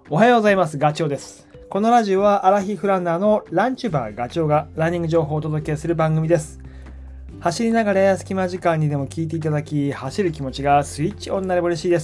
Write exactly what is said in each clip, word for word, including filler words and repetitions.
おはようございます。ガチョウです。このラジオはアラヒフランナーのランチューバーガチョウがランニング情報をお届けする番組です。走りながらや隙間時間にでも聞いていただき、走る気持ちがスイッチオンになれば嬉しいです。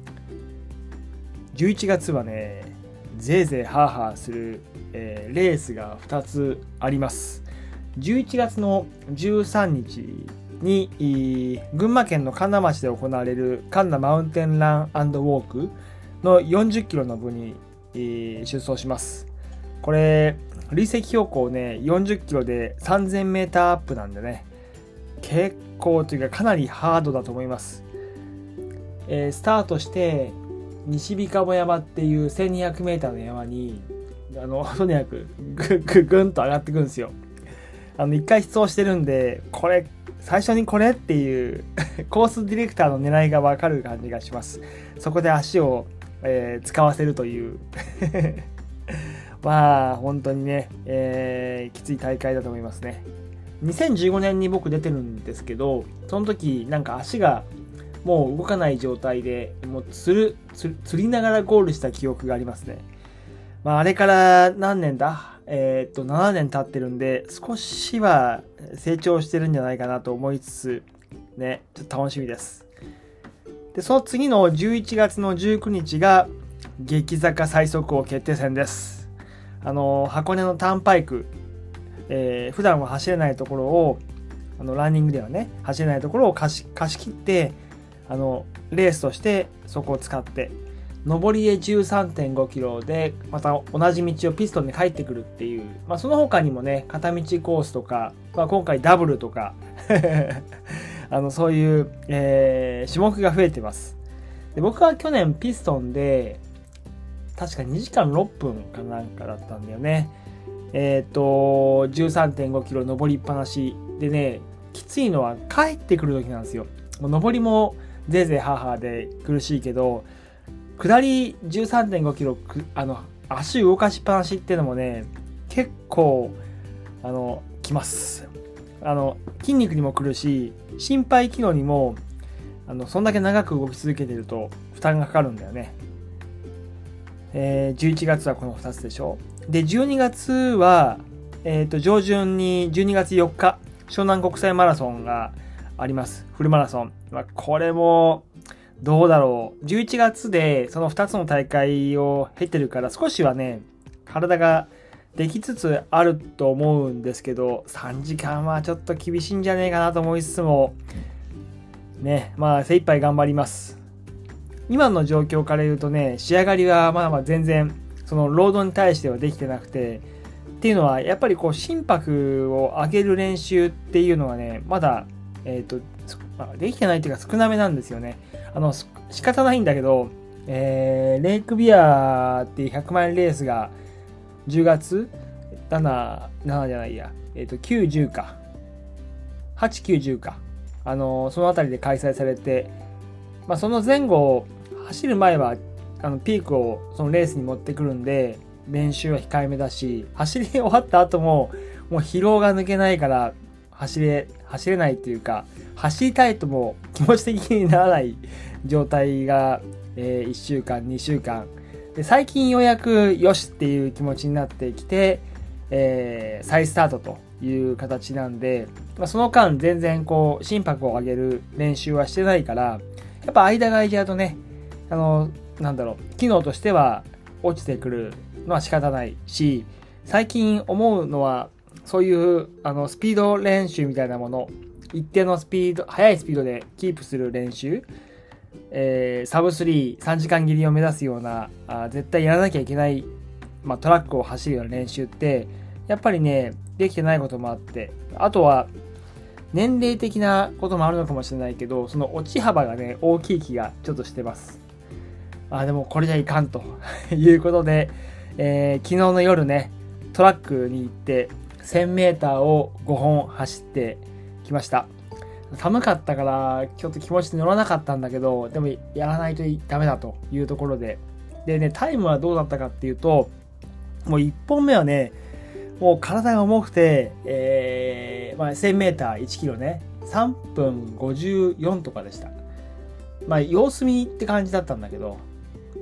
じゅういちがつはね、ぜいぜいハーハーする、えー、レースがふたつあります。じゅういちがつのじゅうさんにちに群馬県の神流町で行われる神流マウンテンラン&ウォークのよんじゅっキロの部に出走します。これ累積標高ねよんじゅっキロでさんぜんメーターアップなんでね、結構というかかなりハードだと思います。えー、スタートして西日鴨山っていうせんにひゃくメーターの山にあのとにかくぐぐぐんと上がってくるんですよ。あのいっかい出走してるんで、これ最初にこれっていうコースディレクターの狙いが分かる感じがします。そこで足を、えー、使わせるというまあ本当にね、えー、きつい大会だと思いますね。にせんじゅうごねんに僕出てるんですけど、その時なんか足がもう動かない状態でもうつるつ釣りながらゴールした記憶がありますね。まああれから何年だえっとななねん経ってるんで、少しは成長してるんじゃないかなと思いつつね、ちょっと楽しみです。でその次のじゅういちがつのじゅうくにちが激坂最速王決定戦です。あの箱根のターンパイク、えー、普段は走れないところをあのランニングではね走れないところを貸し貸し切って、あのレースとしてそこを使って上りへ じゅうさんてんごキロでまた同じ道をピストンで帰ってくるっていう、まあ、その他にもね片道コースとか、まあ、今回ダブルとかあのそういう、えー、種目が増えてます。で僕は去年ピストンで確かにじかんろっぷんかなんかだったんだよね。えっと じゅうさんてんごキロ上りっぱなしでね、きついのは帰ってくる時なんですよ。もう上りもぜいぜいハーハーで苦しいけど、下り じゅうさんてんごキロあの足動かしっぱなしっていうのもね結構あのきます。あの筋肉にも来るし、心肺機能にもあのそんだけ長く動き続けてると負担がかかるんだよね。えー、じゅういちがつはこのふたつでしょ。でじゅうにがつは、えー、と上旬にじゅうにがつよっか湘南国際マラソンがあります。フルマラソン、まあ、これもどうだろう。じゅういちがつでそのふたつの大会を経てるから少しはね体ができつつあると思うんですけど、さんじかんはちょっと厳しいんじゃねえかなと思いつつもね、まあ精一杯頑張ります。今の状況から言うとね、仕上がりはまだまだ全然そのロードに対してはできてなくて、っていうのはやっぱりこう心拍を上げる練習っていうのはねまだえっとできてないっていうか少なめなんですよね。あの仕方ないんだけど、えー、レイクビアっていうひゃくマイルレースがじゅうがつなな、ななじゃないや、えっときゅう、じゅうかはち、きゅう、じゅうか、あのそのあたりで開催されて、まあ、その前後走る前はあのピークをそのレースに持ってくるんで練習は控えめだし、走り終わった後ももう疲労が抜けないから走れ走れないっていうか、走りたいとも気持ち的にならない状態が、えー、いっしゅうかんにしゅうかんで、最近ようやくよしっていう気持ちになってきて、えー、再スタートという形なんで、まあ、その間全然こう心拍を上げる練習はしてないから、やっぱ間が空いちゃうとね、あのなんだろう機能としては落ちてくるのは仕方ないし、最近思うのはそういうあのスピード練習みたいなもの、一定のスピード速いスピードでキープする練習、えー、サブスリーさんじかん切りを目指すようなあ絶対やらなきゃいけない、まあ、トラックを走るような練習ってやっぱりねできてないこともあって、あとは年齢的なこともあるのかもしれないけど、その落ち幅がね大きい気がちょっとしてます。あでもこれじゃいかんということで、えー、昨日の夜ねトラックに行ってせんメーターをごほん走ってきました。寒かったからちょっと気持ちで乗らなかったんだけど、でもやらないとダメだというところで、でねタイムはどうだったかっていうと、もういっぽんめはねもう体が重くて、えーまあ、せんメーターいちキロねさんぷんごじゅうよんとかでした。まあ様子見って感じだったんだけど、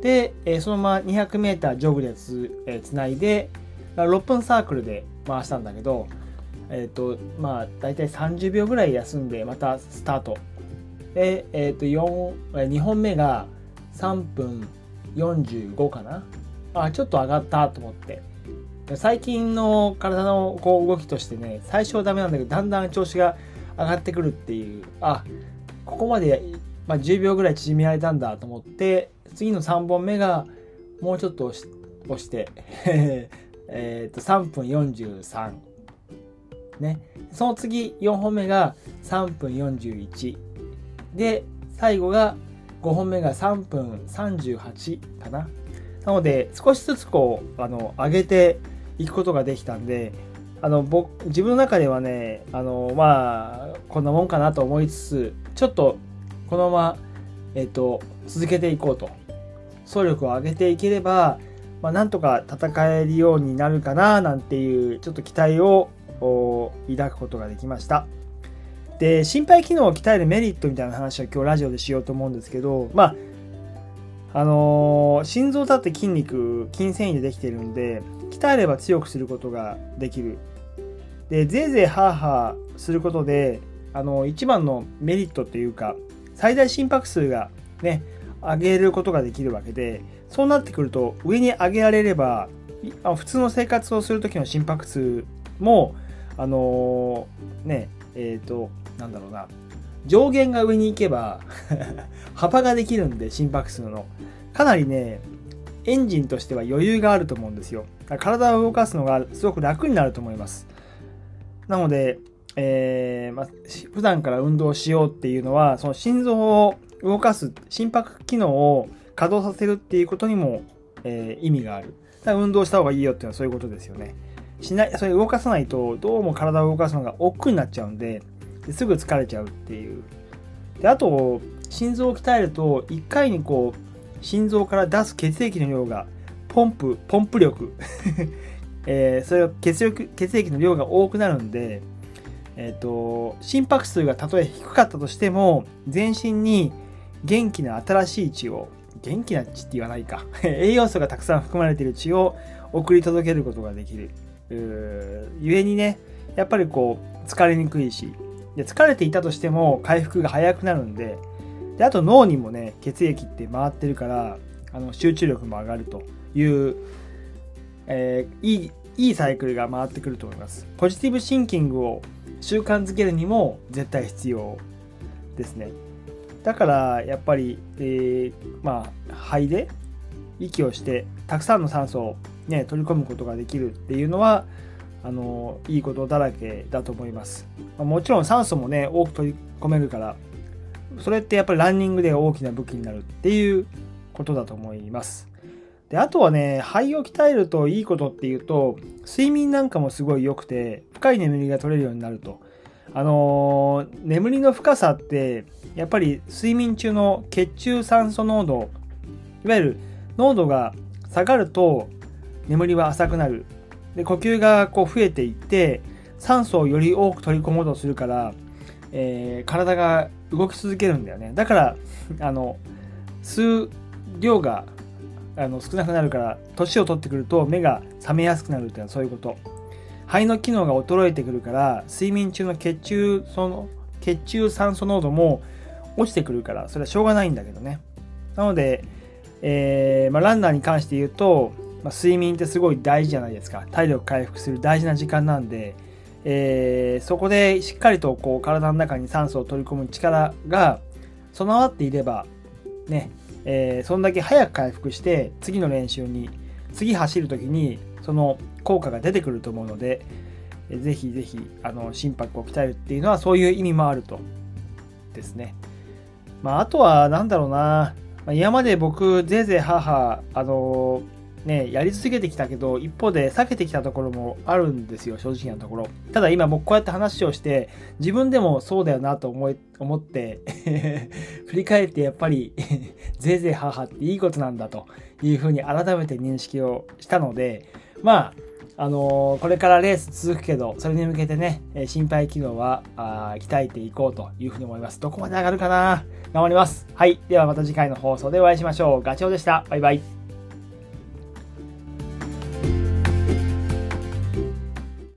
で、えー、そのまま にひゃくメートル ジョグでつ、えー、つないでろっぷんサークルで回したんだけど、えっとまあ大体さんじゅうびょうぐらい休んでまたスタートで、えっとよんにほんめがさんぷんよんじゅうごかな。あ、ちょっと上がったと思って、最近の体のこう動きとしてね、最初はダメなんだけどだんだん調子が上がってくるっていう、あ、ここまで、まあ、じゅうびょうぐらい縮められたんだと思って、次のさんぼんめがもうちょっと押し、押してえっとさんぷんよんじゅうさんね、その次よんほんめがさんぷんよんじゅういちで、最後がごほんめがさんぷんさんじゅうはちかな。なので少しずつこうあの上げていくことができたんで、あの僕自分の中ではね、あのまあこんなもんかなと思いつつ、ちょっとこのまま、えっと、続けていこうと、総力を上げていければ、まあ、なんとか戦えるようになるかななんていうちょっと期待を抱くことができました。で、心肺機能を鍛えるメリットみたいな話は今日ラジオでしようと思うんですけど、まああのー、心臓だって筋肉、筋繊維でできているんで、鍛えれば強くすることができる。で、ぜいぜいハーハーすることで、あのー、一番のメリットというか、最大心拍数がね、上げることができるわけで、そうなってくると、上に上げられれば、普通の生活をするときの心拍数も、あのー、ね、えっと、なんだろうな、上限が上に行けば幅ができるんで、心拍数のかなりね、エンジンとしては余裕があると思うんですよ。体を動かすのがすごく楽になると思います。なので、えーまあ、普段から運動しようっていうのは、その心臓を動かす心拍機能を稼働させるっていうことにも、えー、意味がある。だから運動した方がいいよっていうのはそういうことですよね。しない、それ動かさないとどうも体を動かすのが億劫になっちゃうんで、ですぐ疲れちゃうっていう。で、あと心臓を鍛えるといっかいにこう心臓から出す血液の量がポンプポンプ力、えー、それは血力血液の量が多くなるんで、えーと、心拍数がたとえ低かったとしても全身に元気な新しい血を、元気な血って言わないか栄養素がたくさん含まれている血を送り届けることができる。ゆえにね、やっぱりこう疲れにくいし、で疲れていたとしても回復が早くなるんで、であと脳にもね血液って回ってるから、あの集中力も上がるという、えー、いいいいサイクルが回ってくると思います。ポジティブシンキングを習慣づけるにも絶対必要ですね。だからやっぱり、えー、まあ肺で息をしてたくさんの酸素を、ね、取り込むことができるっていうのはあのいいことだらけだと思います。もちろん酸素もね多く取り込めるから、それってやっぱりランニングで大きな武器になるっていうことだと思います。で、あとはね、肺を鍛えるといいことっていうと、睡眠なんかもすごい良くて、深い眠りが取れるようになると。あのー、眠りの深さってやっぱり睡眠中の血中酸素濃度、いわゆる濃度が下がると眠りは浅くなる。で、呼吸がこう増えていって酸素をより多く取り込もうとするから、えー、体が動き続けるんだよね。だからあの吸う量があの少なくなるから、年を取ってくると目が覚めやすくなるっていうのはそういうこと。肺の機能が衰えてくるから、睡眠中の血中その血中酸素濃度も落ちてくるから、それはしょうがないんだけどね。なので、えーまあ、ランナーに関して言うと、まあ、睡眠ってすごい大事じゃないですか。体力回復する大事な時間なんで、えー、そこでしっかりとこう体の中に酸素を取り込む力が備わっていればね、えー、そんだけ早く回復して次の練習に次走る時にその効果が出てくると思うので、えー、ぜひぜひあの心拍を鍛えるっていうのはそういう意味もあるとですね。まあ、あとはなんだろうな、今まで僕ぜいぜい母あのねやり続けてきたけど、一方で避けてきたところもあるんですよ、正直なところ。ただ今僕こうやって話をして自分でもそうだよなと思い思って振り返ってやっぱりぜいぜい母っていいことなんだというふうに改めて認識をしたので、まああのー、これからレース続くけど、それに向けてね、心肺機能はあ鍛えていこうというふうに思います。どこまで上がるかな？頑張ります。はい。ではまた次回の放送でお会いしましょう。ガチョウでした。バイバイ。